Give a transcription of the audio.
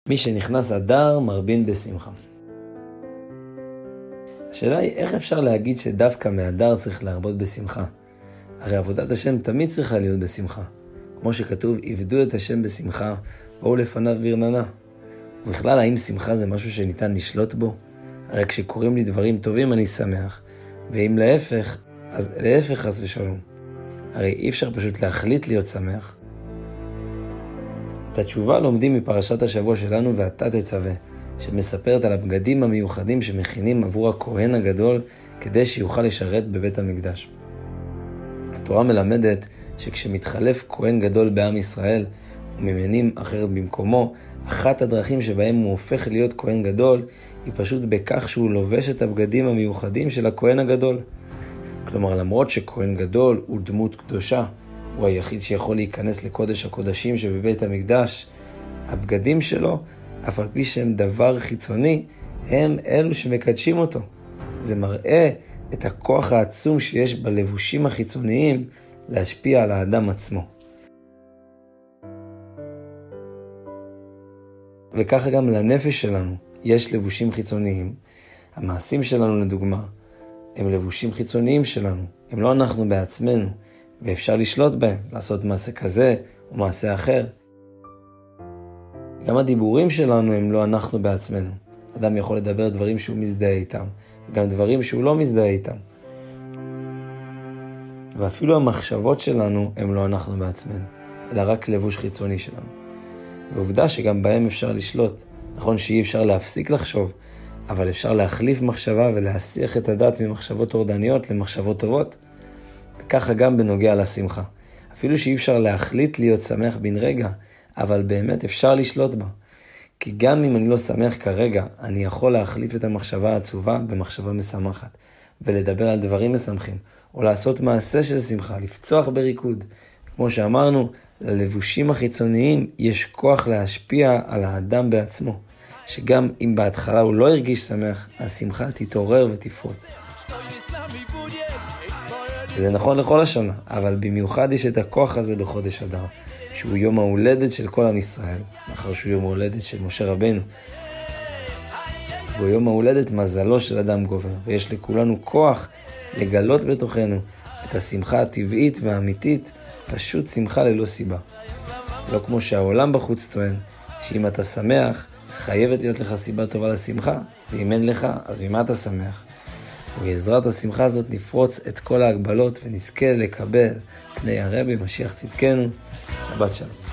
מי שנכנס אדר מרבין בשמחה. השאלה היא איך אפשר להגיד שדווקא מאדר צריך להרבות בשמחה? הרי עבודת השם תמיד צריכה להיות בשמחה. כמו שכתוב, עבדו את השם בשמחה, בואו לפניו ברננה. ובכלל, האם שמחה זה משהו שניתן לשלוט בו? הרי כשקוראים לי דברים טובים אני שמח, ואם להפך, אז להפך חס ושלום. הרי אי אפשר פשוט להחליט להיות שמח. את התשובה לומדים מפרשת השבוע שלנו ואתה תצווה, שמספרת על הבגדים המיוחדים שמכינים עבור הכהן הגדול כדי שיוכל לשרת בבית המקדש. התורה מלמדת שכשמתחלף כהן גדול בעם ישראל וממנים אחרת במקומו, אחת הדרכים שבהם הוא הופך להיות כהן גדול היא פשוט בכך שהוא לובש את הבגדים המיוחדים של הכהן הגדול. כלומר, למרות שכהן גדול הוא דמות קדושה, הוא היחיד שיכול להיכנס לקודש הקודשים שבבית המקדש, הבגדים שלו, אף על פי שהם דבר חיצוני, הם אלו שמקדשים אותו. זה מראה את הכוח העצום שיש בלבושים החיצוניים להשפיע על האדם עצמו. וככה גם לנפש שלנו יש לבושים חיצוניים. המעשים שלנו לדוגמה הם לבושים חיצוניים שלנו, הם לא אנחנו בעצמנו, ואפשר לשלוט בהם, לעשות מעשה כזה או מעשה אחר. גם הדיבורים שלנו הם לא אנחנו בעצמנו. אדם יכול לדבר דברים שהוא מזדהה איתם, וגם דברים שהוא לא מזדהה איתם. ואפילו המחשבות שלנו הם לא אנחנו בעצמנו, אלא רק לבוש חיצוני שלנו. ועובדה שגם בהם אפשר לשלוט. נכון שאי אפשר להפסיק לחשוב, אבל אפשר להחליף מחשבה ולהסיח את הדעת ממחשבות טורדניות למחשבות טובות. וככה גם בנוגע לשמחה. אפילו שאי אפשר להחליט להיות שמח בן רגע, אבל באמת אפשר לשלוט בה. כי גם אם אני לא שמח כרגע, אני יכול להחליף את המחשבה העצובה במחשבה משמחת, ולדבר על דברים משמחים, או לעשות מעשה של שמחה, לפצוח בריקוד. כמו שאמרנו, ללבושים החיצוניים יש כוח להשפיע על האדם בעצמו, שגם אם בהתחלה הוא לא הרגיש שמח, השמחה תתעורר ותפרוץ. זה נכון לכל השנה, אבל במיוחד יש את הכוח הזה בחודש אדר, שהוא יום ההולדת של כל עם ישראל, מאחר שהוא יום ההולדת של משה רבנו. והוא יום ההולדת מזלו של אדם גובר, ויש לכולנו כוח לגלות בתוכנו את השמחה הטבעית והאמיתית, פשוט שמחה ללא סיבה. לא כמו שהעולם בחוץ טוען, שאם אתה שמח, חייבת להיות לך סיבה טובה לשמחה, ואם אין לך, אז ממה אתה שמח? ובעזרת השמחה הזאת נפרוץ את כל ההגבלות ונזכה לקבל פני הרבי משיח צדקנו. שבת שלום.